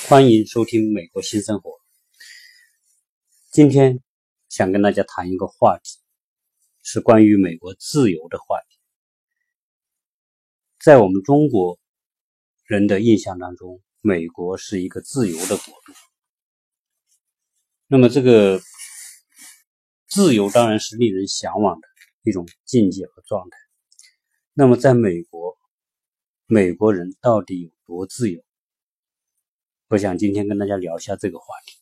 欢迎收听美国新生活。今天想跟大家谈一个话题，是关于美国自由的话题。在我们中国人的印象当中，美国是一个自由的国度。那么这个自由当然是令人向往的一种境界和状态。那么在美国，美国人到底有多自由？我想今天跟大家聊一下这个话题。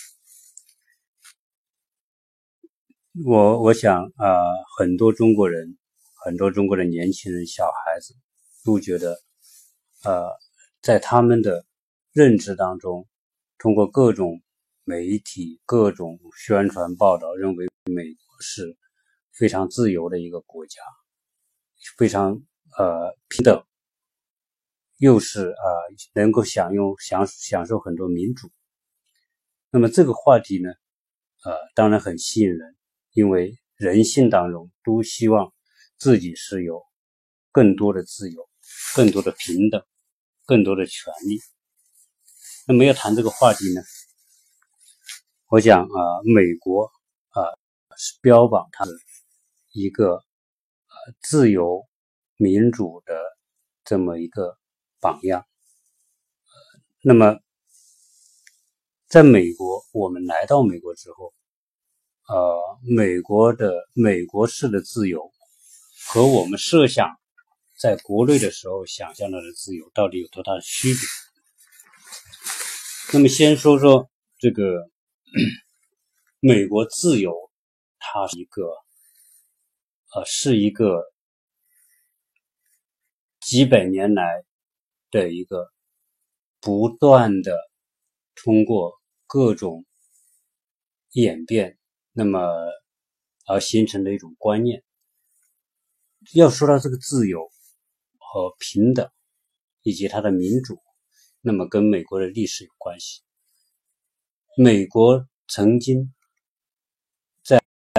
我想很多中国人，很多中国的年轻人、小孩子都觉得在他们的认知当中，通过各种媒体、各种宣传报道，认为美国是非常自由的一个国家，非常平等，又是能够享受很多民主。那么这个话题呢当然很吸引人，因为人性当中都希望自己是有更多的自由，更多的平等，更多的权利。那么要谈这个话题呢，我想美国是标榜它的一个自由民主的这么一个榜样。那么在美国，我们来到美国之后，美国式的自由和我们设想在国内的时候想象到的自由到底有多大的区别？那么先说说这个美国自由，它是一个几百年来的一个不断的通过各种演变，那么而形成的一种观念。要说到这个自由和平等以及它的民主，那么跟美国的历史有关系。美国曾经在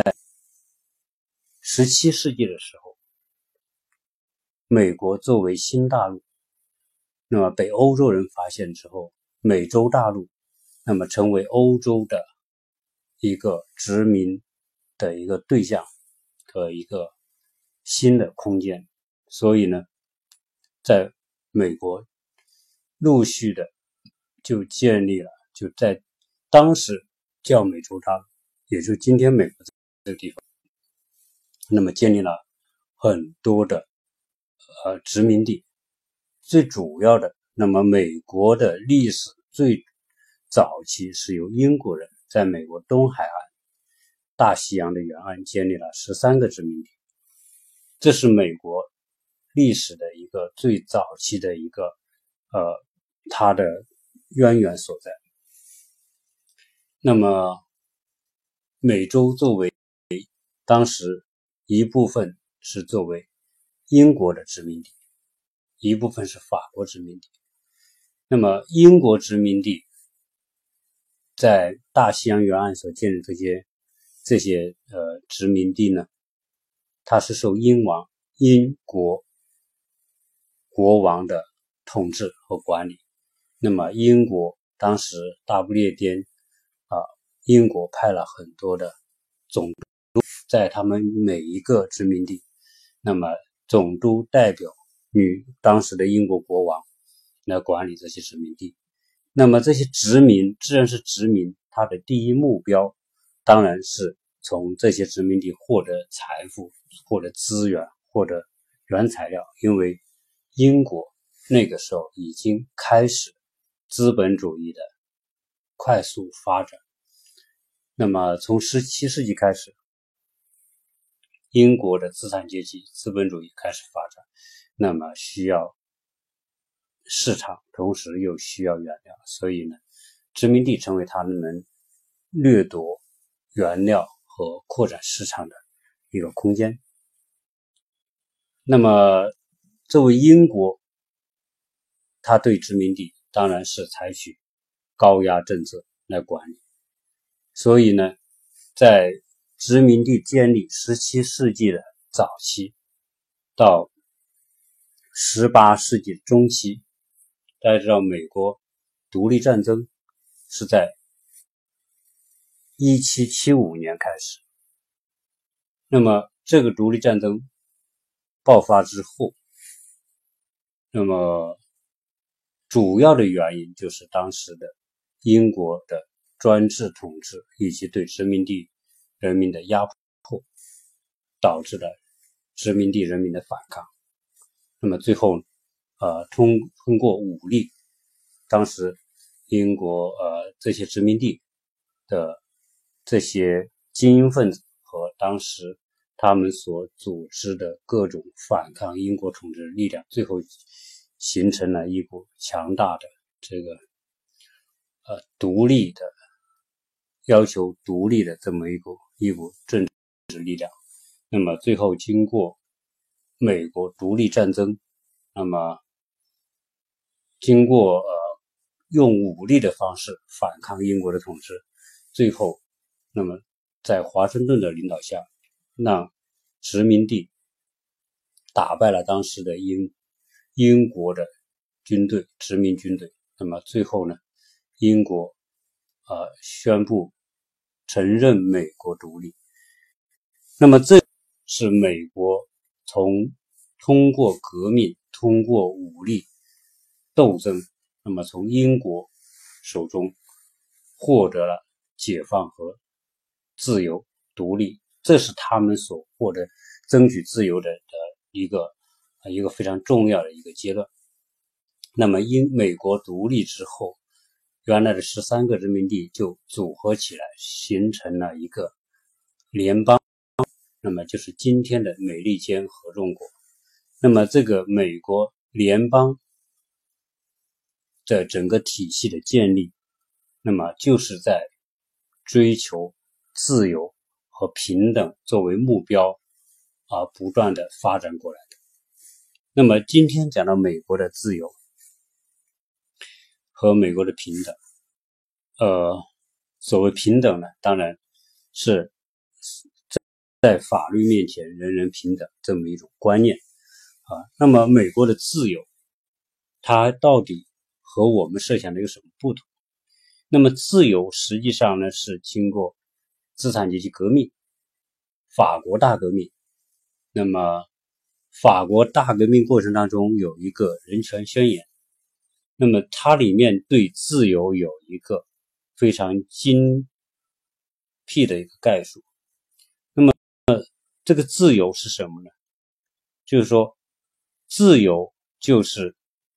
17世纪的时候，美国作为新大陆，那么被欧洲人发现之后，美洲大陆那么成为欧洲的一个殖民的一个对象和一个新的空间。所以呢，在美国陆续的就建立了，就在当时叫美洲大陆，也就是今天美国这个地方，那么建立了很多的殖民地。最主要的，那么美国的历史最早期是由英国人在美国东海岸、大西洋的沿岸建立了13个殖民地，这是美国历史的一个最早期的一个它的渊源所在。那么美洲作为当时一部分是作为英国的殖民地，一部分是法国殖民地。那么英国殖民地在大西洋沿岸所建的这些殖民地呢，它是受英国国王的统治和管理。那么英国当时大不列颠英国派了很多的总督在他们每一个殖民地，那么总督代表当时的英国国王来管理这些殖民地。那么这些殖民，既然是殖民，它的第一目标当然是从这些殖民地获得财富、获得资源、获得原材料，因为英国那个时候已经开始资本主义的快速发展。那么从17世纪开始，英国的资产阶级资本主义开始发展，那么需要市场，同时又需要原料，所以呢，殖民地成为他们掠夺原料和扩展市场的一个空间。那么作为英国，他对殖民地当然是采取高压政策来管理。所以呢，在殖民地建立17世纪的早期到18世纪中期，大家知道美国独立战争是在1775年开始。那么这个独立战争爆发之后，那么主要的原因就是当时的英国的专制统治以及对殖民地人民的压迫，导致了殖民地人民的反抗。那么最后通过武力，当时英国这些殖民地的这些精英分子和当时他们所组织的各种反抗英国统治的力量，最后形成了一股强大的这个独立的要求独立的这么一股政治力量。那么最后经过美国独立战争，那么经过用武力的方式反抗英国的统治，最后那么在华盛顿的领导下，让殖民地打败了当时的英国的军队，殖民军队。那么最后呢，英国宣布承认美国独立。那么这是美国通过革命，通过武力斗争，那么从英国手中获得了解放和自由独立，这是他们所获得争取自由的一个非常重要的一个阶段。那么美国独立之后，原来的13个殖民地就组合起来形成了一个联邦，那么就是今天的美利坚合众国。那么这个美国联邦的整个体系的建立，那么就是在追求自由和平等作为目标不断的发展过来的。那么今天讲到美国的自由和美国的平等，所谓平等呢，当然是在法律面前人人平等这么一种观念那么美国的自由，它到底和我们设想的有什么不同？那么自由实际上呢，是经过资产阶级革命、法国大革命。那么法国大革命过程当中有一个人权宣言，那么它里面对自由有一个非常精辟的一个概述。那么这个自由是什么呢？就是说自由就是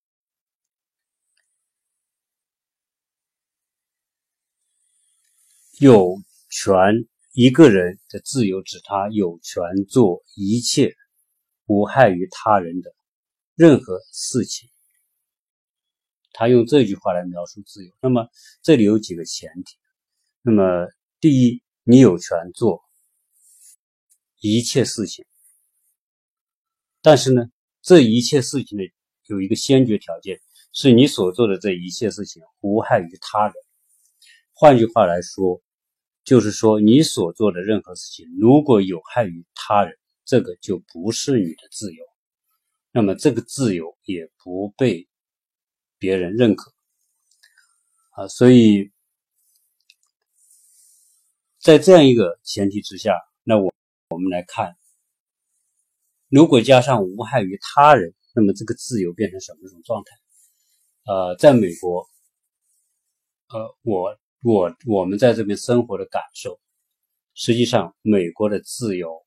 有权，一个人的自由指他有权做一切无害于他人的任何事情。他用这句话来描述自由。那么这里有几个前提。那么第一，你有权做一切事情，但是呢，这一切事情的有一个先决条件，是你所做的这一切事情无害于他人。换句话来说，就是说你所做的任何事情如果有害于他人，这个就不是你的自由，那么这个自由也不被别人认可所以在这样一个前提之下，那我们来看，如果加上无害于他人，那么这个自由变成什么一种状态？在美国我们在这边生活的感受，实际上美国的自由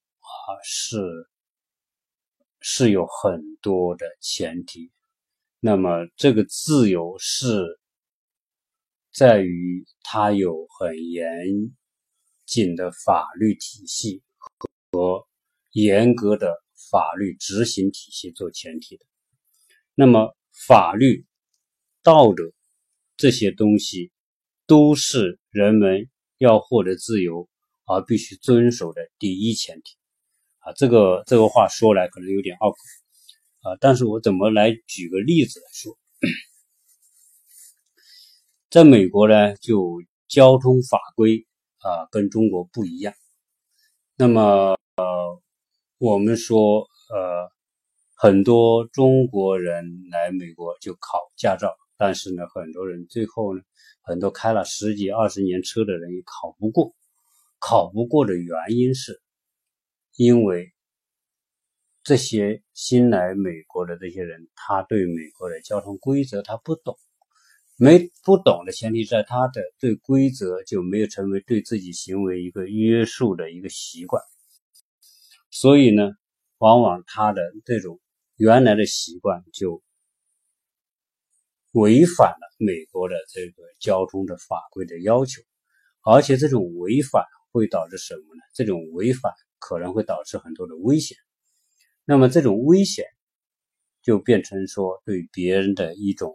是有很多的前提。那么这个自由是在于它有很严谨的法律体系和严格的法律执行体系做前提的。那么法律、道德这些东西都是人们要获得自由而必须遵守的第一前提这个话说来可能有点拗口但是我怎么来举个例子来说？在美国呢，就交通法规跟中国不一样。那么我们说很多中国人来美国就考驾照， 但是呢，很多人最后呢，很多开了10几20年车的人也考不过。考不过的原因是因为这些新来美国的这些人，他对美国的交通规则他不懂，不懂的前提在他的对规则就没有成为对自己行为一个约束的一个习惯，所以呢，往往他的这种原来的习惯就违反了美国的这个交通的法规的要求，而且这种违反会导致什么呢？这种违反可能会导致很多的危险，那么这种危险就变成说对别人的一种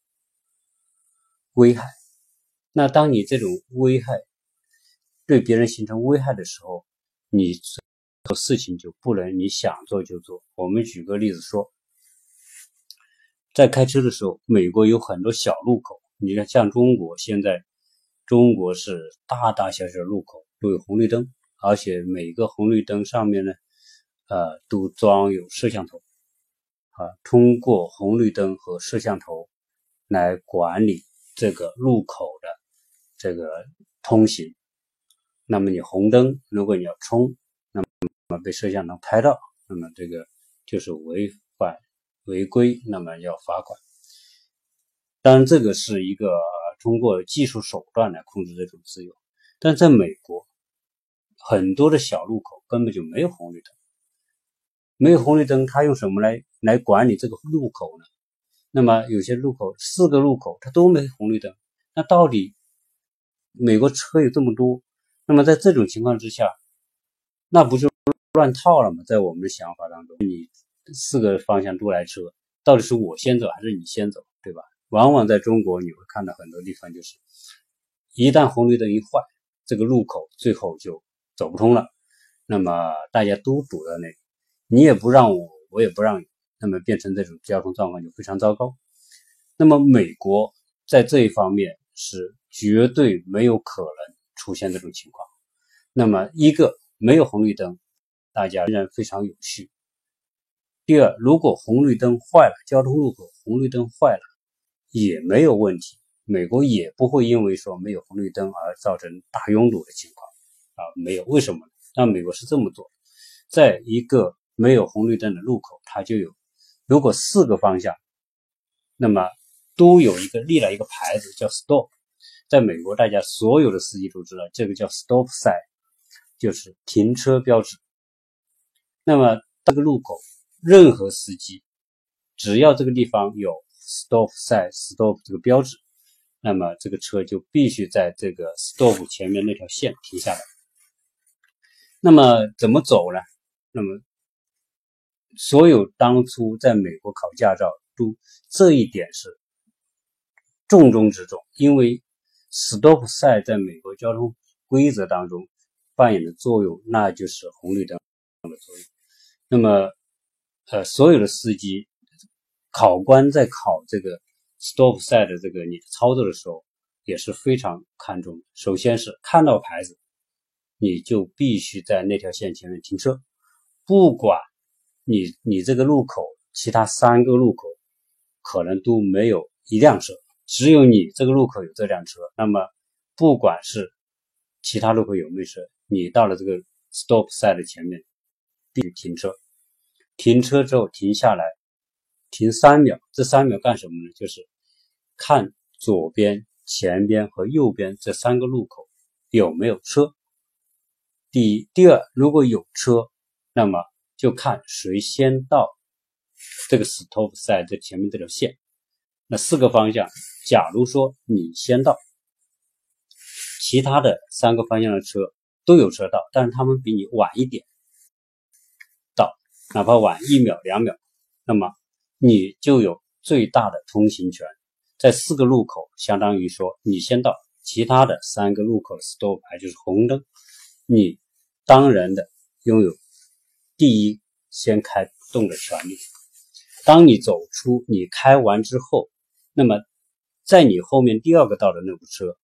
危害。那当你这种危害对别人形成危害的时候，你做事情就不能你想做就做。我们举个例子说，在开车的时候，美国有很多小路口，你看像中国，现在中国是大大小小的路口都有红绿灯，而且每个红绿灯上面呢都装有摄像头通过红绿灯和摄像头来管理这个路口的这个通行。那么你红灯如果你要冲，那么被摄像头拍到，那么这个就是违规，那么要罚款。当然这个是一个通过技术手段来控制这种自由，但在美国很多的小路口根本就没有红绿灯，没有红绿灯，它用什么来管理这个路口呢？那么有些路口4个路口它都没红绿灯，那到底美国车有这么多，那么在这种情况之下，那不就乱套了吗？在我们的想法当中，你4个方向都来车，到底是我先走还是你先走，对吧？往往在中国你会看到很多地方就是一旦红绿灯一坏，这个路口最后就走不通了，那么大家都堵在那里，你也不让我，我也不让你，那么变成这种交通状况就非常糟糕。那么美国在这一方面是绝对没有可能出现这种情况。那么一个没有红绿灯，大家仍然非常有序。第二，如果红绿灯坏了，交通路口红绿灯坏了也没有问题，美国也不会因为说没有红绿灯而造成大拥堵的情况没有。为什么呢？那美国是这么做，在一个没有红绿灯的路口，它就有，如果4个方向，那么都有立了一个牌子叫 stop。 在美国大家所有的司机都知道这个叫 stop sign， 就是停车标志。那么这个路口任何司机只要这个地方有 stop sign stop 这个标志，那么这个车就必须在这个 stop 前面那条线停下来。那么怎么走呢？那么所有当初在美国考驾照都这一点是重中之重，因为 stop sign 在美国交通规则当中扮演的作用，那就是红绿灯的作用。那么所有的司机考官在考这个 stop sign 的这个你的操作的时候也是非常看重的。首先是看到牌子，你就必须在那条线前面停车，不管你这个路口其他3个路口可能都没有一辆车，只有你这个路口有这辆车，那么不管是其他路口有没有车，你到了这个 stop sign 的前面必须停车。停车之后停下来，停3秒，这3秒干什么呢？就是看左边、前边和右边这3个路口有没有车。第二，如果有车，那么就看谁先到这个 stop sign 这前面这条线。那4个方向，假如说你先到，其他的3个方向的车都有车到，但是他们比你晚一点到，哪怕晚1秒2秒，那么你就有最大的通行权。在4个路口，相当于说你先到，其他的3个路口的 stop 牌就是红灯，你当然的拥有第一先开动的权利。当你走出，你开完之后，那么在你后面第2个到的那部车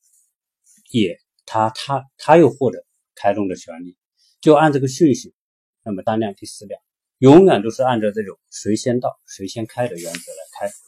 他又获得开动的权利，就按这个顺序，那么单辆第4辆永远都是按照这种谁先到谁先开的原则来开。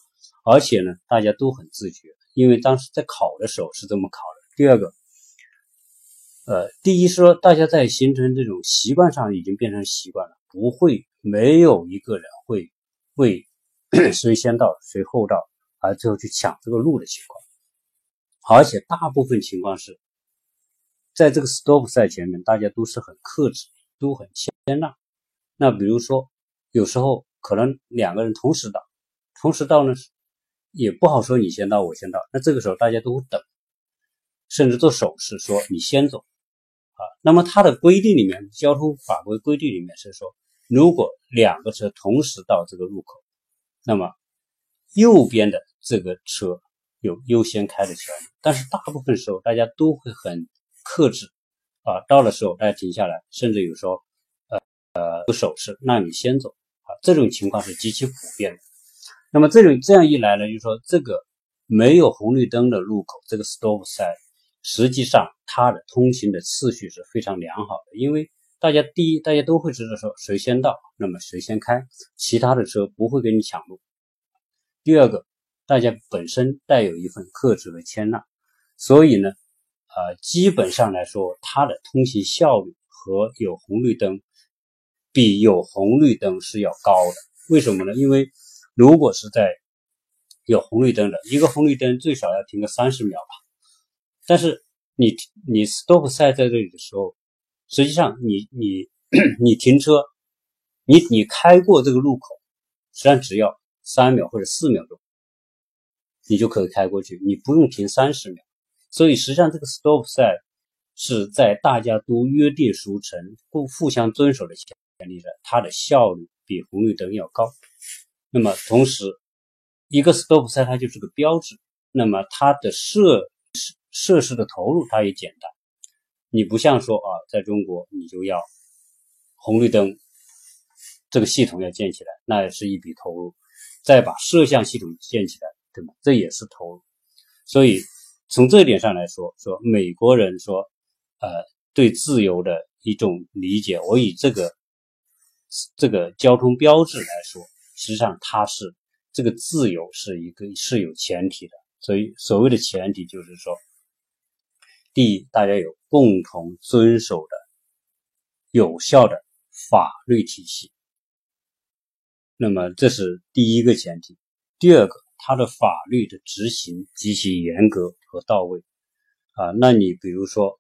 而且呢，大家都很自觉，因为当时在考的时候是这么考的。第二个，第一说大家在形成这种习惯上已经变成习惯了，没有一个人会为谁先到谁后到而最后去抢这个路的情况，而且大部分情况是在这个 stop 赛前面大家都是很克制，都很谦让。那比如说有时候可能两个人同时到呢也不好说你先到我先到，那这个时候大家都会等，甚至做手势说你先走那么它的规定里面，交通法规规定里面是说，如果两个车同时到这个路口，那么右边的这个车有优先开的权利。但是大部分时候大家都会很克制到了时候大家停下来，甚至有时候有手势让你先走这种情况是极其普遍的。那么这样一来呢，就是说这个没有红绿灯的路口，这个 stop sign实际上它的通行的次序是非常良好的，因为大家都会知道说谁先到，那么谁先开，其他的车不会跟你抢路。第二个，大家本身带有一份克制和谦让，所以呢基本上来说它的通行效率和有红绿灯比有红绿灯是要高的。为什么呢？因为如果是在有红绿灯的，一个红绿灯最少要停个30秒吧，但是你 stop sign 在这里的时候，实际上你停车，你开过这个路口，实际上只要3秒或者4秒钟你就可以开过去，你不用停30秒。所以实际上这个 stop sign 是在大家都约定俗成互相遵守的前提下，它的效率比红绿灯要高。那么同时一个 stop sign 它就是个标志，那么它的设施的投入它也简单，你不像说在中国你就要红绿灯这个系统要建起来，那也是一笔投入，再把摄像系统建起来，对吗？这也是投入。所以从这一点上来说美国人说对自由的一种理解，我以这个交通标志来说，实际上它是这个自由是有前提的。所以所谓的前提就是说，第一，大家有共同遵守的有效的法律体系，那么这是第一个前提。第二个，它的法律的执行极其严格和到位那你比如说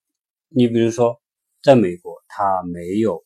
在美国它没有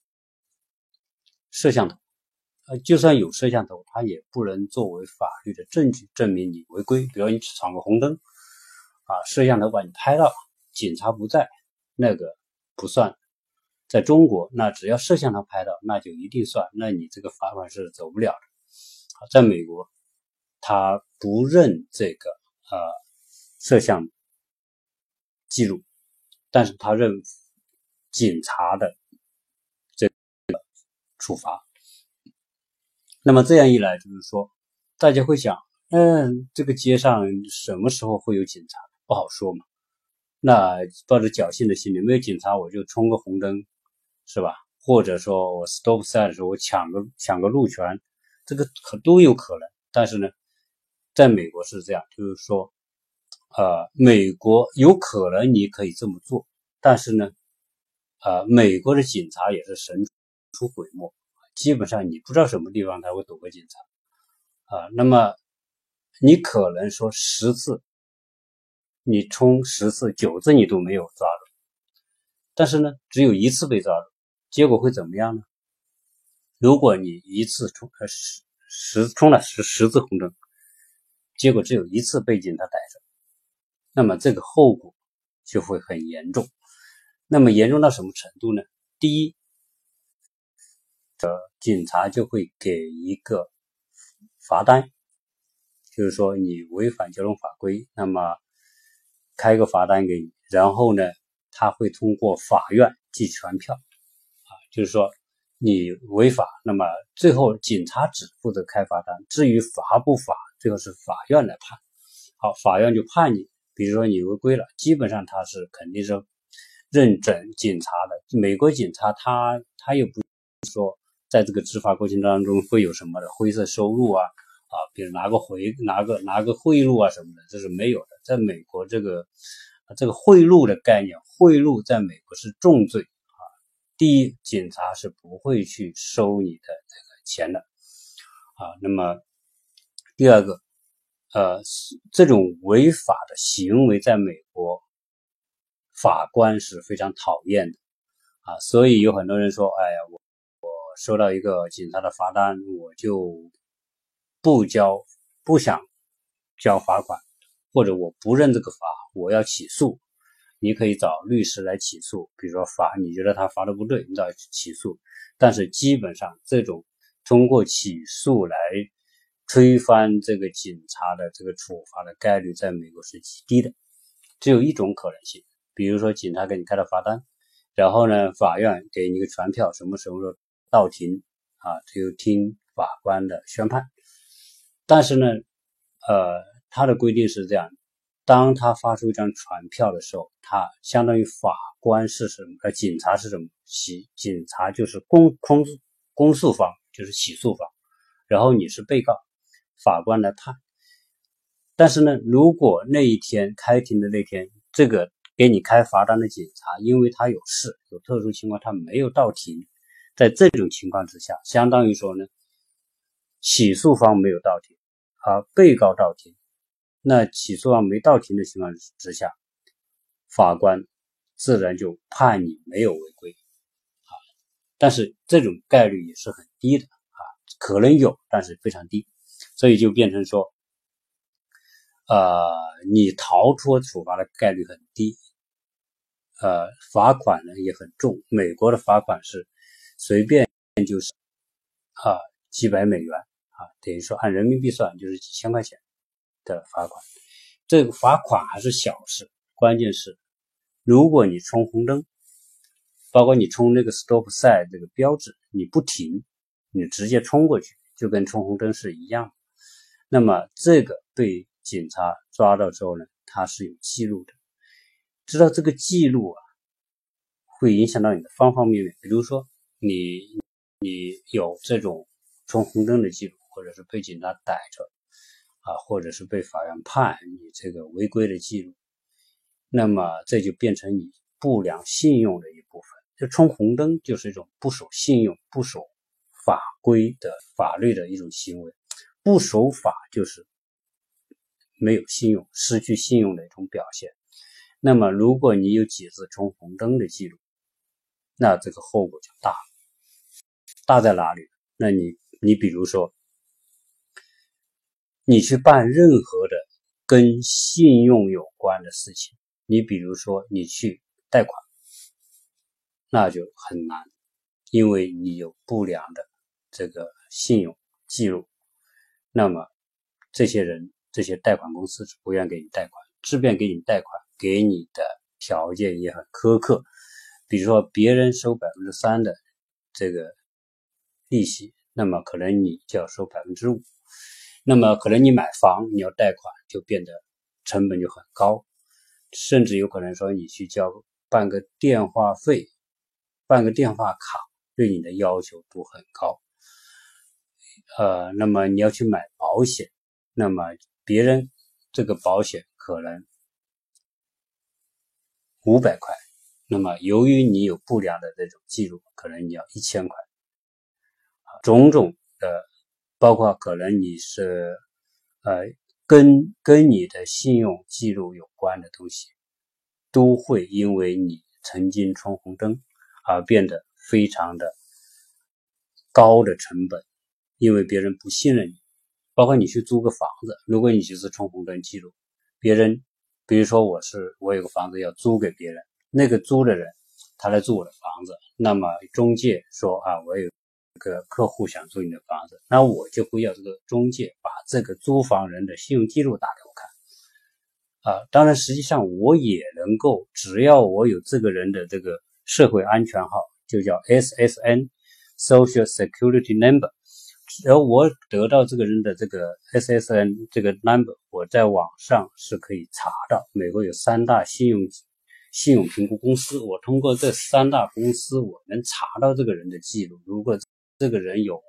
摄像头就算有摄像头，它也不能作为法律的证据证明你违规。比如你闯个红灯摄像头把你拍到，警察不在，那个不算。在中国那只要摄像头拍到那就一定算，那你这个罚款是走不了的在美国他不认这个摄像记录，但是他认警察的这个处罚。那么这样一来就是说大家会想这个街上什么时候会有警察，不好说嘛。那抱着侥幸的心理，没有警察我就冲个红灯是吧，或者说我 stop sign 的时候我抢个路权，这个都有可能。但是呢在美国是这样，就是说美国有可能你可以这么做，但是呢美国的警察也是神出鬼没，基本上你不知道什么地方他会躲个警察那么你可能说10次你冲10次9次你都没有抓住，但是呢只有1次被抓住，结果会怎么样呢？如果你一次冲了10次红灯，结果只有1次被警察逮着，那么这个后果就会很严重。那么严重到什么程度呢？第一，警察就会给一个罚单，就是说你违反交通法规，那么开个罚单给你，然后呢他会通过法院记传票就是说你违法，那么最后警察只负责开罚单，至于罚不罚最后是法院来判。好，法院就判你，比如说你违规了，基本上他是肯定是认准警察的。美国警察他也不说在这个执法过程当中会有什么的灰色收入比如拿个贿赂啊什么的，这是没有的。在美国这个贿赂的概念，贿赂在美国是重罪第一，警察是不会去收你的这个钱的那么第二个这种违法的行为在美国法官是非常讨厌的所以有很多人说哎呀我收到一个警察的罚单，我就不想交罚款，或者我不认这个罚，我要起诉。你可以找律师来起诉，比如说你觉得他罚的不对，你找起诉。但是基本上这种通过起诉来推翻这个警察的这个处罚的概率在美国是极低的。只有一种可能性，比如说警察给你开了罚单，然后呢法院给你一个传票，什么时候到庭就听法官的宣判。但是呢他的规定是这样，当他发出一张传票的时候，他相当于法官是什么警察是什么警察就是公诉方，就是起诉方，然后你是被告，法官来判。但是呢如果那一天开庭的那天，这个给你开罚单的警察因为他有事有特殊情况他没有到庭，在这种情况之下，相当于说呢起诉方没有到庭被告到庭，那起诉方没到庭的情况之下，法官自然就判你没有违规但是这种概率也是很低的可能有但是非常低，所以就变成说你逃脱处罚的概率很低罚款呢也很重，美国的罚款是随便就是几百美元等于说按人民币算就是几千块钱的罚款。这个罚款还是小事，关键是如果你冲红灯，包括你冲那个 stop sign 这个标志，你不停，你直接冲过去，就跟冲红灯是一样的。那么这个被警察抓到之后呢，它是有记录的。知道这个记录会影响到你的方方面面，比如说你有这种冲红灯的记录，或者是被警察逮着或者是被法院判你这个违规的记录，那么这就变成你不良信用的一部分。就冲红灯就是一种不守信用、不守法规的法律的一种行为，不守法就是没有信用、失去信用的一种表现。那么如果你有几次冲红灯的记录，那这个后果就大了。大在哪里？那你比如说你去办任何的跟信用有关的事情，你比如说你去贷款，那就很难，因为你有不良的这个信用记录，那么这些贷款公司是不愿给你贷款，即便给你贷款，给你的条件也很苛刻，比如说别人收 3% 的这个利息，那么可能你就要收 5%， 那么可能你买房你要贷款就变得成本就很高，甚至有可能说你去办个电话费、办个电话卡，对你的要求都很高。那么你要去买保险，那么别人这个保险可能500块，那么由于你有不良的这种记录，可能你要1000块。种种的，包括可能你是跟你的信用记录有关的东西，都会因为你曾经冲红灯而变得非常的高的成本，因为别人不信任你。包括你去租个房子，如果你就是冲红灯记录，别人比如说我有个房子要租给别人，那个租的人他来租我的房子，那么中介说我有个客户想租你的房子，那我就会要这个中介把这个租房人的信用记录打给我看当然实际上我也能够，只要我有这个人的这个社会安全号，就叫 SSN Social Security Number， 然后我得到这个人的这个 SSN 这个 number， 我在网上是可以查到，美国有3大信用评估公司，我通过这3大公司我能查到这个人的记录，如果这个人有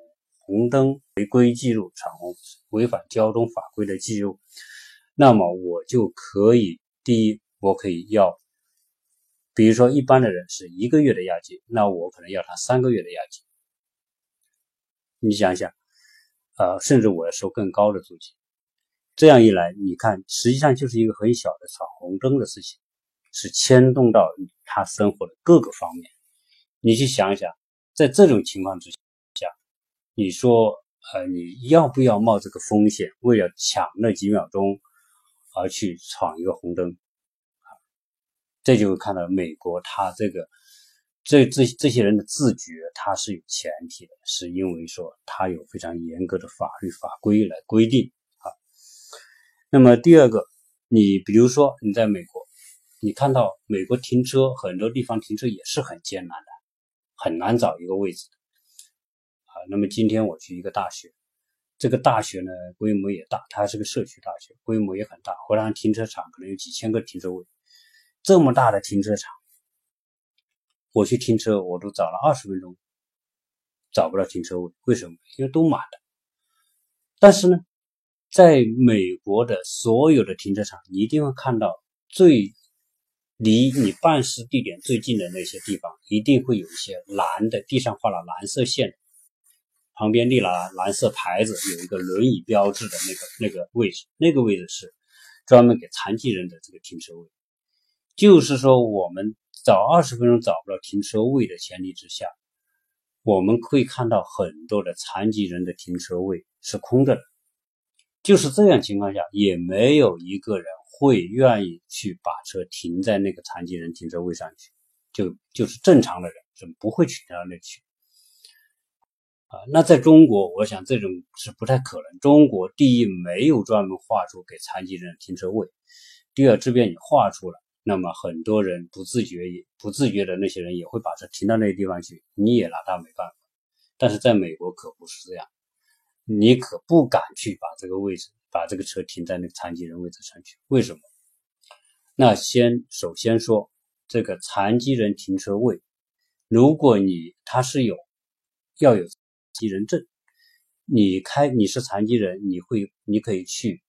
红灯违规记录、闯红违反交通法规的记录，那么我就可以，第一，我可以要，比如说一般的人是1个月的押金，那我可能要他3个月的押金。你想想，甚至我要收更高的租金。这样一来，你看，实际上就是一个很小的闯红灯的事情，是牵动到他生活的各个方面。你去想一想，在这种情况之下，你说，你要不要冒这个风险，为了抢那几秒钟而去闯一个红灯？这就会看到美国他这些人的自觉，他是有前提的，是因为说他有非常严格的法律法规来规定。那么第二个，你比如说你在美国，你看到美国停车很多地方停车也是很艰难的，很难找一个位置的。那么今天我去一个大学，这个大学呢规模也大，它是个社区大学，规模也很大，回来停车场可能有几千个停车位。这么大的停车场，我去停车我都找了20分钟，找不到停车位。为什么？因为都满了。但是呢，在美国的所有的停车场，你一定会看到最离你办事地点最近的那些地方，一定会有一些蓝的，地上画了蓝色线，旁边立了蓝色牌子，有一个轮椅标志的那个位置，那个位置是专门给残疾人的这个停车位。就是说我们找20分钟找不到停车位的前提之下，我们会看到很多的残疾人的停车位是空着的。就是这样情况下，也没有一个人会愿意去把车停在那个残疾人停车位上去，就是正常的人是不会去停到那去。那在中国，我想这种是不太可能。中国第一没有专门划出给残疾人停车位，第二这边你划出了，那么很多人不自觉的那些人也会把车停到那个地方去，你也拿他没办法。但是在美国可不是这样，你可不敢去把这个车停在那个残疾人位置上去。为什么？那首先说这个残疾人停车位，如果他是要有残疾人证，你是残疾人，你可以去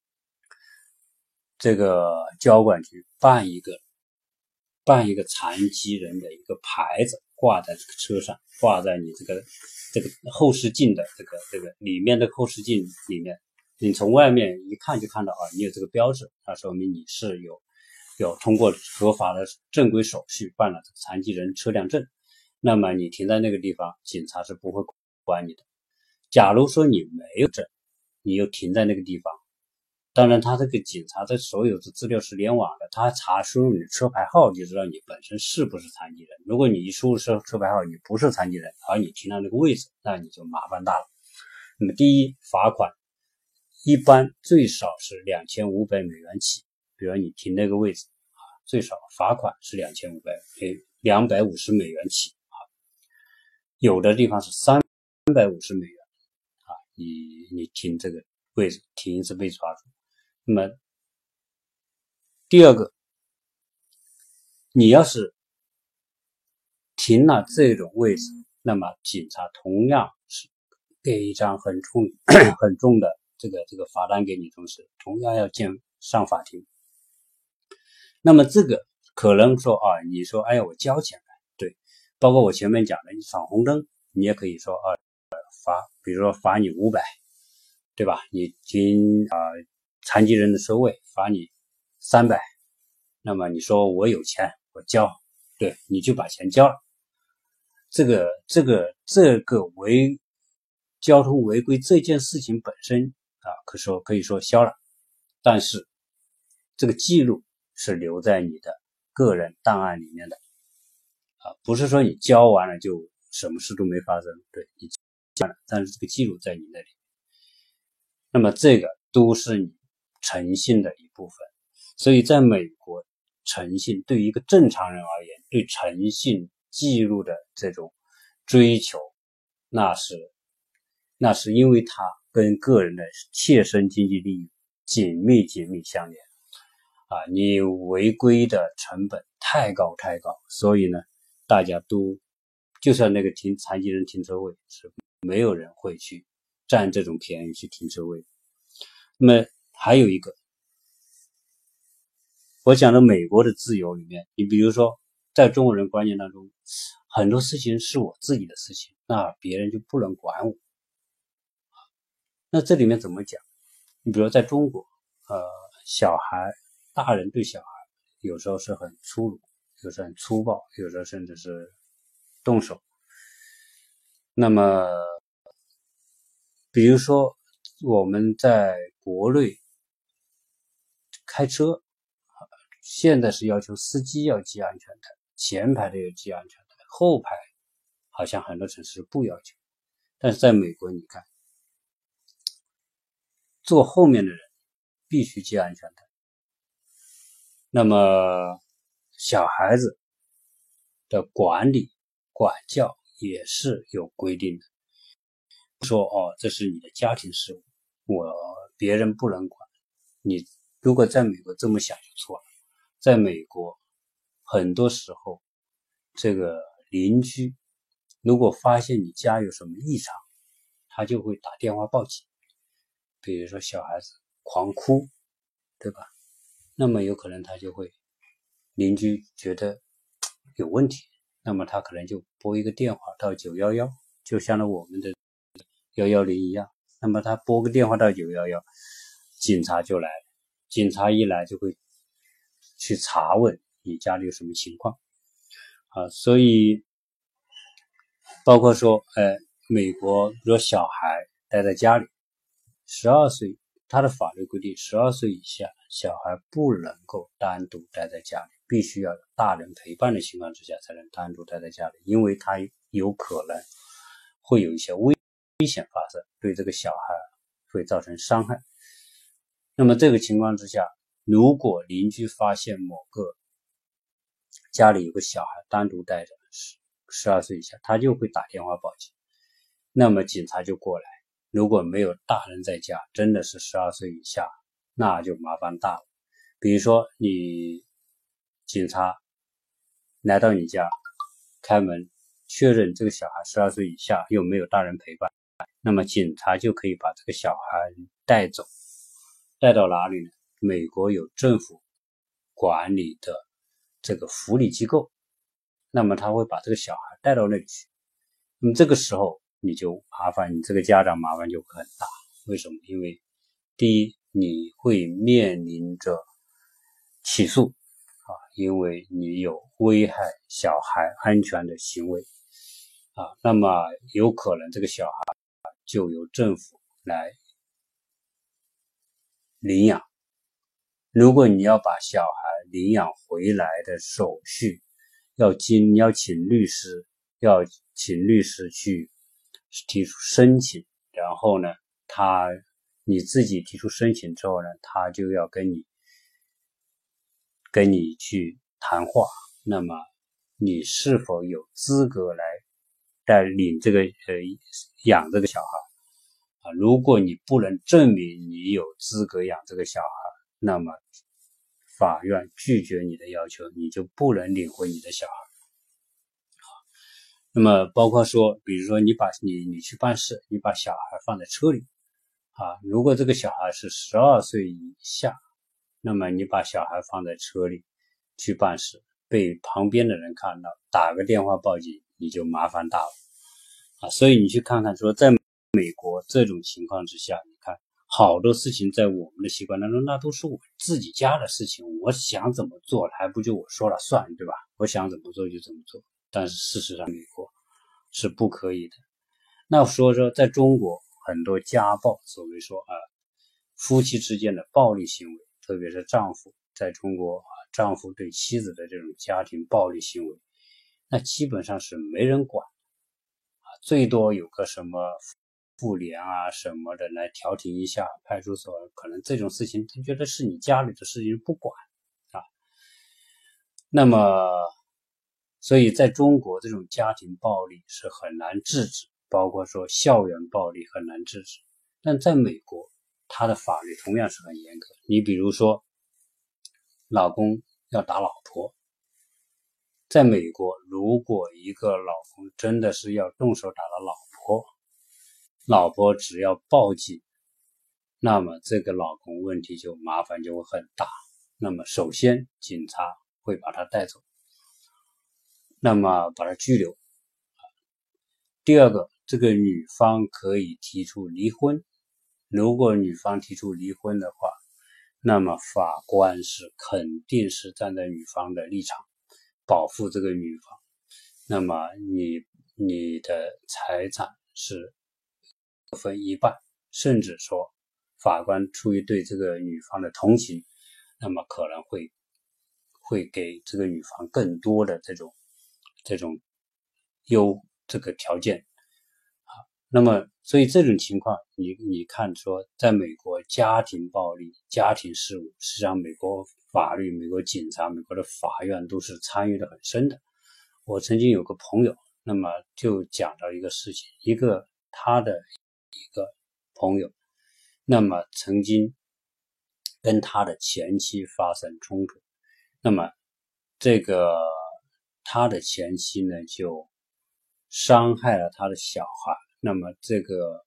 这个交管局办一个残疾人的一个牌子，挂在这个车上，挂在你这个后视镜的这个里面的后视镜里面，你从外面一看就看到你有这个标志，那说明你是有通过合法的正规手续办了这个残疾人车辆证。那么你停在那个地方，警察是不会管你的。假如说你没有证，你又停在那个地方，当然他这个警察的所有的资料是联网的，他输入你的车牌号就知道你本身是不是残疾人。如果你一输入车牌号你不是残疾人，而你停到那个位置，那你就麻烦大了。那么第一，罚款一般最少是$2500起，比如你停那个位置最少罚款是$250起有的地方是$350你停这个位置停一次被抓住。那么第二个，你要是停了这种位置，那么警察同样是给一张很重的这个罚单给你，同样要上法庭。那么这个可能说你说我交钱来，对，包括我前面讲的你闯红灯，你也可以说比如说罚你500，对吧？你停残疾人的车位罚你300，那么你说我有钱我交，对，你就把钱交了。这个交通违规这件事情本身可以说消了，但是这个记录是留在你的个人档案里面的不是说你交完了就什么事都没发生，对，你交了，但是这个记录在你那里。那么这个都是你诚信的一部分。所以在美国，诚信对于一个正常人而言，对诚信记录的这种追求，那是因为它跟个人的切身经济利益紧密相连你违规的成本太高，所以呢，大家都就算那个残疾人停车位是没有人会去占这种便宜去停车位。那么还有一个，我讲的美国的自由里面，你比如说在中国人观念当中，很多事情是我自己的事情，那别人就不能管我。那这里面怎么讲？你比如在中国，小孩，大人对小孩有时候是很粗鲁，有时候很粗暴，有时候甚至是动手。那么比如说我们在国内开车，现在是要求司机要系安全带，前排的要系安全带，后排好像很多城市不要求。但是在美国你看，坐后面的人必须系安全带。那么小孩子的管理管教也是有规定的，说这是你的家庭事务，别人不能管。你如果在美国这么想就错了。在美国很多时候，这个邻居如果发现你家有什么异常，他就会打电话报警。比如说小孩子狂哭，对吧？那么有可能他就会，邻居觉得有问题，那么他可能就拨一个电话到911，就像我们的110一样。那么他拨个电话到911，警察就来了。警察一来就会去查问你家里有什么情况所以包括说美国如果小孩待在家里12岁，他的法律规定12岁以下小孩不能够单独待在家里，必须要有大人陪伴的情况之下才能单独待在家里，因为他有可能会有一些危险发生，对这个小孩会造成伤害。那么这个情况之下，如果邻居发现某个家里有个小孩单独待着12岁以下，他就会打电话报警，那么警察就过来。如果没有大人在家，真的是12岁以下，那就麻烦大了。比如说警察来到你家开门，确认这个小孩12岁以下又没有大人陪伴，那么警察就可以把这个小孩带走。带到哪里呢？美国有政府管理的这个福利机构，那么他会把这个小孩带到那里去。那么这个时候你就麻烦，你这个家长麻烦就很大。为什么？因为第一，你会面临着起诉因为你有危害小孩安全的行为那么有可能这个小孩就由政府来领养。如果你要把小孩领养回来的手续你要请律师去提出申请，然后呢你自己提出申请之后呢，他就要跟你去谈话，那么你是否有资格来带领养这个小孩如果你不能证明你有资格养这个小孩，那么法院拒绝你的要求，你就不能领回你的小孩那么包括说，比如说你去办事，你把小孩放在车里如果这个小孩是12岁以下，那么你把小孩放在车里去办事，被旁边的人看到，打个电话报警，你就麻烦大了所以你去看看说，在美国这种情况之下，你看好多事情在我们的习惯当中，那都是我自己家的事情，我想怎么做还不就我说了算，对吧？我想怎么做就怎么做。但是事实上美国是不可以的。那说在中国很多家暴，所谓说夫妻之间的暴力行为，特别是丈夫在中国丈夫对妻子的这种家庭暴力行为，那基本上是没人管最多有个什么妇联什么的来调停一下，派出所可能这种事情他觉得是你家里的事情不管那么所以在中国这种家庭暴力是很难制止，包括说校园暴力很难制止。但在美国他的法律同样是很严格，你比如说老公要打老婆，在美国如果一个老公真的是要动手打了老婆老婆只要报警，那么这个老公问题就麻烦就会很大。那么首先警察会把他带走，那么把他拘留。第二个，这个女方可以提出离婚。如果女方提出离婚的话，那么法官是肯定是站在女方的立场，保护这个女方。那么你的财产是分一半，甚至说法官出于对这个女方的同情，那么可能会给这个女方更多的这种这个条件啊。那么所以这种情况你看说，在美国家庭暴力、家庭事务，实际上美国法律、美国警察、美国的法院都是参与的很深的。我曾经有个朋友，那么就讲到一个事情，他的一个朋友，那么曾经跟他的前妻发生冲突，那么他的前妻呢就伤害了他的小孩，那么这个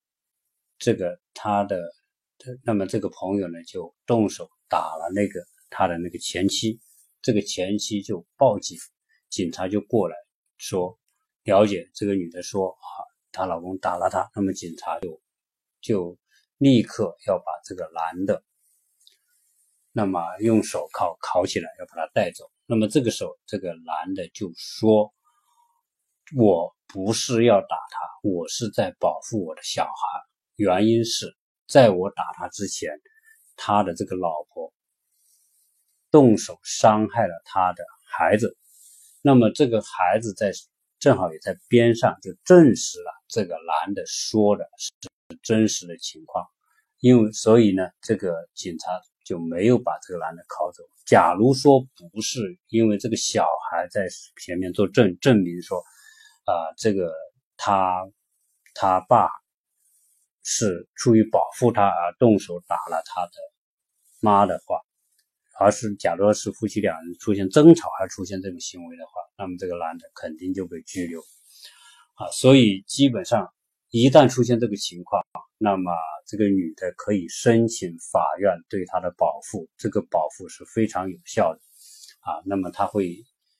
朋友呢就动手打了他的那个前妻，这个前妻就报警，警察就过来说了解这个女的说她老公打了她，那么警察就立刻要把这个男的那么用手铐起来，要把他带走。那么这个时候这个男的就说，我不是要打他，我是在保护我的小孩，原因是在我打他之前，他的这个老婆动手伤害了他的孩子，那么这个孩子正好也在边上，就证实了这个男的说的是真实的情况。所以呢，这个警察就没有把这个男的铐走。假如说不是因为这个小孩在前面做证明说这个他爸是出于保护他而动手打了他的妈的话，而是假如是夫妻两人出现争吵而出现这种行为的话，那么这个男的肯定就被拘留所以基本上一旦出现这个情况，那么这个女的可以申请法院对她的保护，这个保护是非常有效的那么她会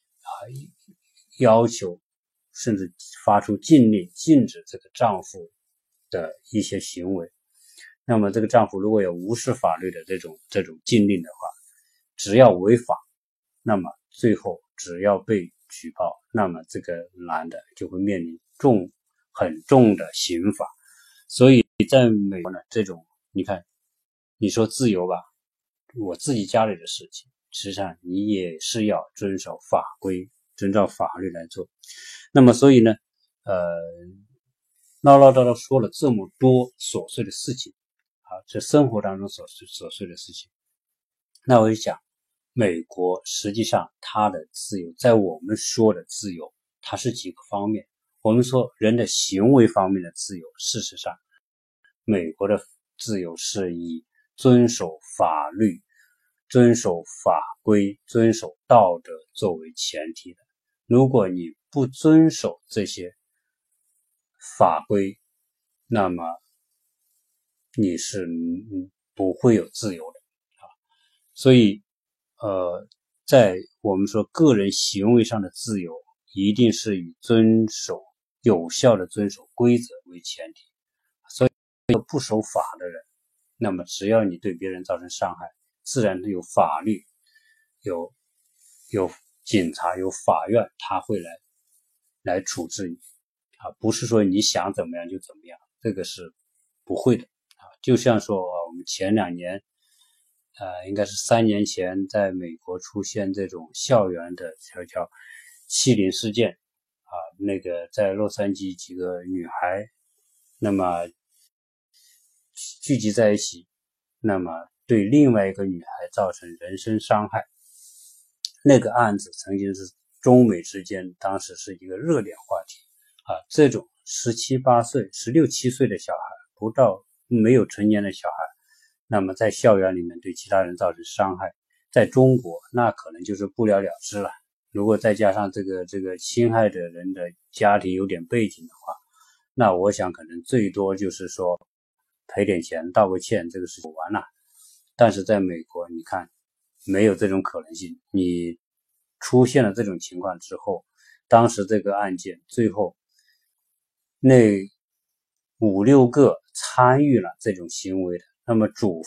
要求甚至发出禁令，禁止这个丈夫的一些行为。那么这个丈夫如果有无视法律的这种禁令的话，只要违法，那么最后只要被举报，那么这个男的就会面临很重的刑罚。所以在美国呢，这种你看，你说自由吧，我自己家里的事情，实际上你也是要遵守法规，遵照法律来做。那么所以呢唠唠叨叨说了这么多琐碎的事情这生活当中琐碎的事情，那我就讲美国实际上它的自由，在我们说的自由，它是几个方面。我们说人的行为方面的自由，事实上美国的自由是以遵守法律、遵守法规、遵守道德作为前提的。如果你不遵守这些法规，那么你是不会有自由的所以在我们说个人行为上的自由，一定是以有效的遵守规则为前提。所以不守法的人，那么只要你对别人造成伤害，自然有法律、有警察、有法院，他会来处置你不是说你想怎么样就怎么样，这个是不会的就像说我们前2年应该是3年前在美国出现这种校园的叫欺凌事件那个在洛杉矶几个女孩那么聚集在一起，那么对另外一个女孩造成人身伤害，那个案子曾经是中美之间当时是一个热点话题这种17、18岁、16、17岁的小孩，没有成年的小孩，那么在校园里面对其他人造成伤害，在中国那可能就是不了了之了。如果再加上这个侵害的人的家庭有点背景的话， 那我想可能最多就是说赔点钱道个歉，这个事情完了。但是在美国你看没有这种可能性，你出现了这种情况之后，当时这个案件最后那5、6个参与了这种行为的，那么主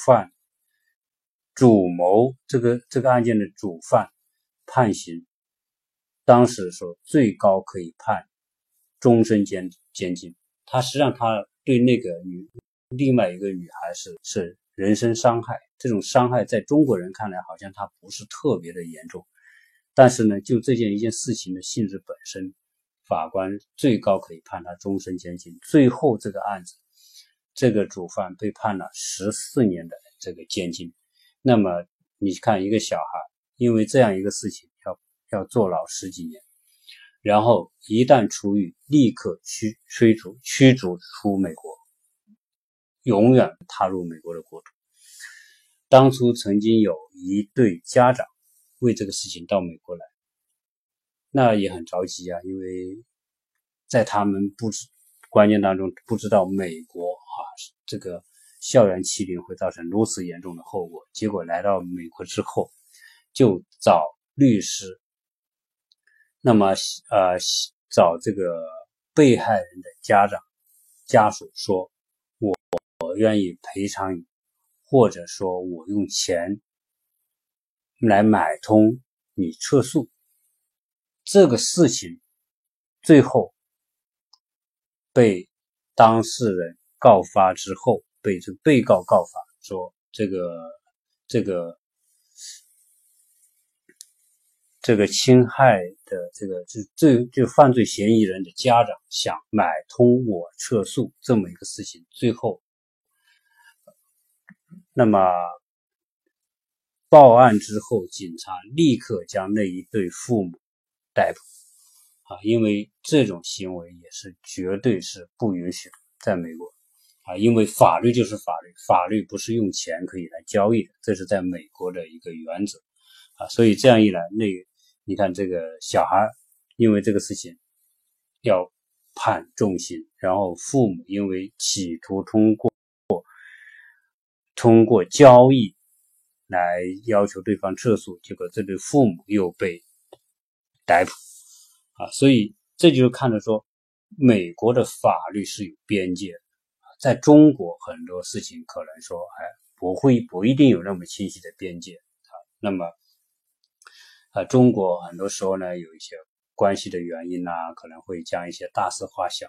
谋这个案件的主犯判刑，当时说最高可以判终身监禁。他实际上他对那个另外一个女孩是人身伤害，这种伤害在中国人看来好像他不是特别的严重，但是呢，就一件事情的性质本身，法官最高可以判他终身监禁。最后这个案子，这个主犯被判了14年的这个监禁。那么你看一个小孩因为这样一个事情要坐牢10几年，然后一旦出狱立刻驱逐出美国，永远踏入美国的国土。当初曾经有一对家长为这个事情到美国来，那也很着急啊，因为在他们观念当中不知道美国这个校园欺凌会造成如此严重的后果，结果来到美国之后就找律师，那么找这个被害人的家属说我愿意赔偿你，或者说我用钱来买通你撤诉。这个事情最后被当事人告发之后，被这个被告告发说这个侵害的就犯罪嫌疑人的家长想买通我撤诉这么一个事情，最后那么报案之后，警察立刻将那一对父母逮捕因为这种行为也是绝对是不允许的，在美国因为法律就是法律，法律不是用钱可以来交易的，这是在美国的一个原则所以这样一来，你看这个小孩因为这个事情要判重刑，然后父母因为企图通过交易来要求对方撤诉，结果这对父母又被逮捕所以这就是看着说美国的法律是有边界的，在中国很多事情可能说不一定有那么清晰的边界那么中国很多时候呢有一些关系的原因可能会将一些大事化小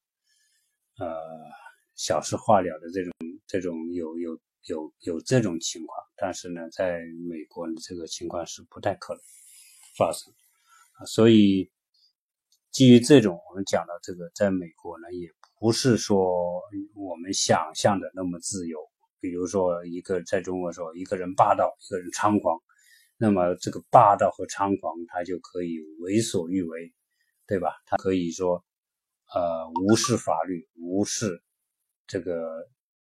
小事化了的这种有这种情况，但是呢在美国呢这个情况是不太可能发生所以基于这种我们讲到这个在美国呢也不是说我们想象的那么自由，比如说在中国说一个人霸道，一个人猖狂，那么这个霸道和猖狂他就可以为所欲为，对吧？他可以说无视法律，无视这个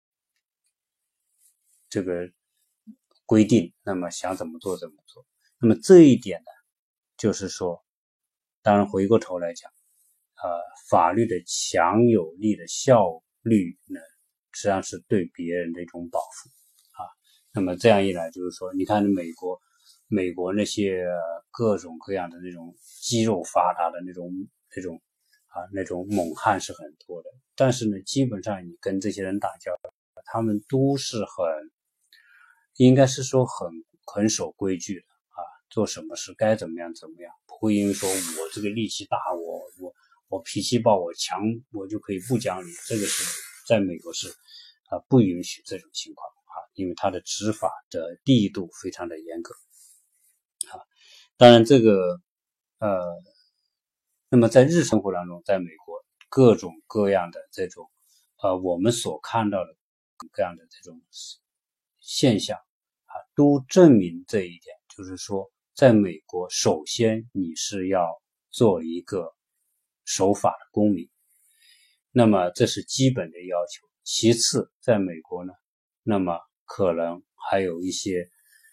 规定，那么想怎么做怎么做。那么这一点呢就是说当然回过头来讲法律的强有力的效率呢实际上是对别人的一种保护那么这样一来就是说你看美国那些各种各样的那种肌肉发达的那种猛汉是很多的，但是呢基本上你跟这些人打交道，他们都是应该是说很守规矩的做什么事该怎么样怎么样，不会因为说我这个力气大，我脾气暴，我强，我就可以不讲理，这个是在美国是不允许这种情况因为它的执法的力度非常的严格当然这个那么在日常生活当中，在美国各种各样的这种我们所看到的各样的这种现象都证明这一点，就是说在美国首先你是要做一个守法的公民，那么这是基本的要求。其次在美国呢，那么可能还有一些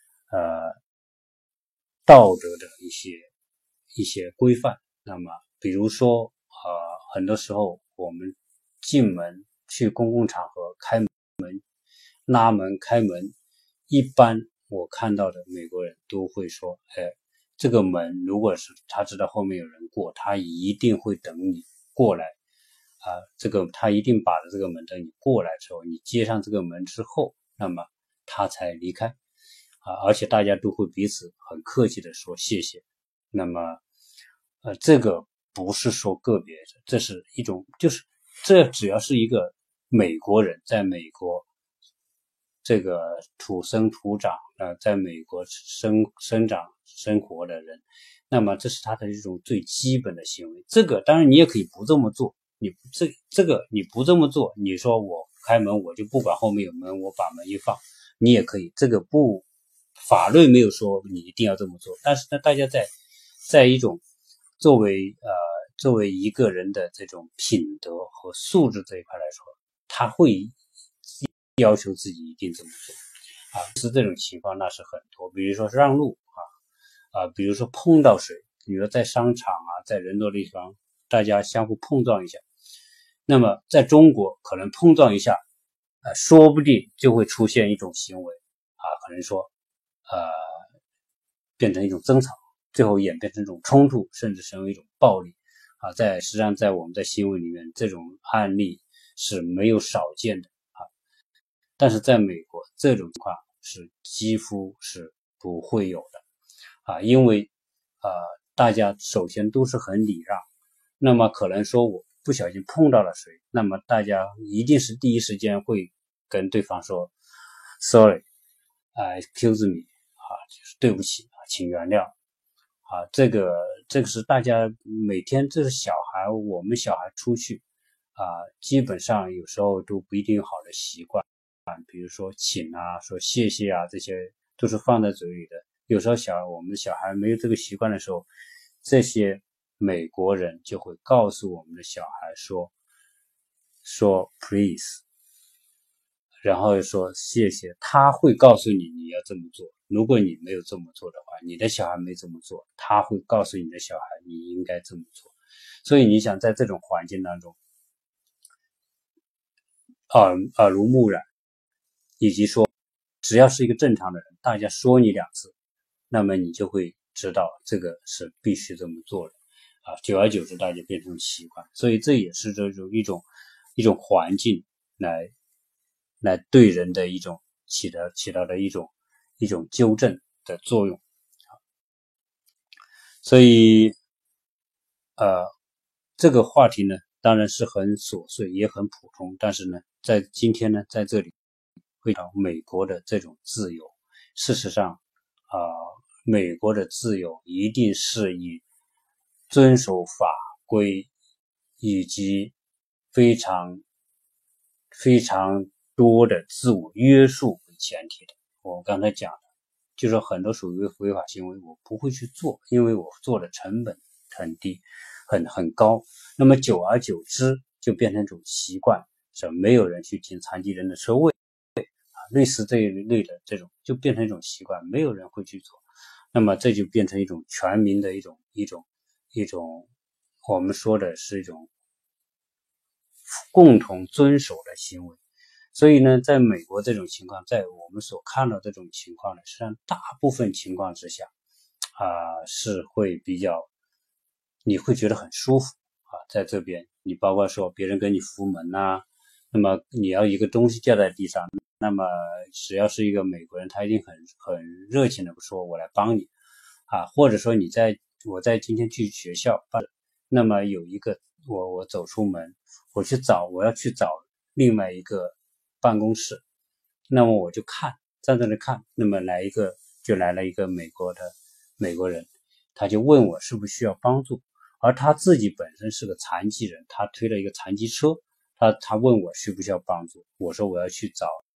道德的一些规范，那么比如说很多时候我们进门去公共场合开门、拉门、开门，一般我看到的美国人都会说，这个门如果是他知道后面有人过，他一定会等你过来他一定把这个门等你过来之后，你接上这个门之后，那么他才离开而且大家都会彼此很客气的说谢谢。那么这个不是说个别的，这是一种，就是这只要是一个美国人在美国这个土生土长在美国生长生活的人，那么这是他的一种最基本的行为。这个当然你也可以不这么做，这个你不这么做，你说我开门我就不管后面有门，我把门一放，你也可以，这个法律没有说你一定要这么做。但是呢，大家在一种作为一个人的这种品德和素质这一块来说，他会要求自己一定这么做是这种情况那是很多，比如说让路比如说碰到谁，比如在商场在人多的地方大家相互碰撞一下，那么在中国可能碰撞一下说不定就会出现一种行为可能说变成一种争吵，最后演变成一种冲突，甚至成为一种暴力实际上在我们在新闻里面这种案例是没有少见的但是在美国这种情况是几乎是不会有的因为大家首先都是很礼让，那么可能说我不小心碰到了谁，那么大家一定是第一时间会跟对方说 sorry excuse me就是对不起请原谅这个是大家每天这是我们小孩出去基本上有时候都不一定有好的习惯比如说请说谢谢这些都是放在嘴里的。有时候我们的小孩没有这个习惯的时候，这些美国人就会告诉我们的小孩说 please， 然后说谢谢，他会告诉你要这么做。如果你没有这么做的话，你的小孩没这么做，他会告诉你的小孩你应该这么做。所以你想在这种环境当中耳濡目染，以及说只要是一个正常的人，大家说你2次，那么你就会知道这个是必须这么做的久而久之大家变成习惯。所以这也是这种一种环境来对人的一种起到的一种纠正的作用所以这个话题呢当然是很琐碎也很普通，但是呢在今天呢在这里会讲美国的这种自由。事实上美国的自由一定是以遵守法规以及非常非常多的自我约束为前提的。我刚才讲的就是很多属于违法行为我不会去做，因为我做的成本很低很高，那么久而久之就变成一种习惯，是没有人去停残疾人的车位类似这一类的这种就变成一种习惯，没有人会去做，那么这就变成一种全民的一种我们说的是一种共同遵守的行为。所以呢在美国这种情况，在我们所看到这种情况呢，实际上大部分情况之下是会比较你会觉得很舒服在这边你包括说别人跟你扶门那么你要一个东西掉在地上，那么只要是一个美国人，他一定很热情的说我来帮你或者说我在今天去学校，那么有一个我走出门我要去找另外一个办公室，那么我就站在那看，那么来了一个美国人，他就问我是不是需要帮助，而他自己本身是个残疾人，他推了一个残疾车，他问我需不需要帮助，我说我要去找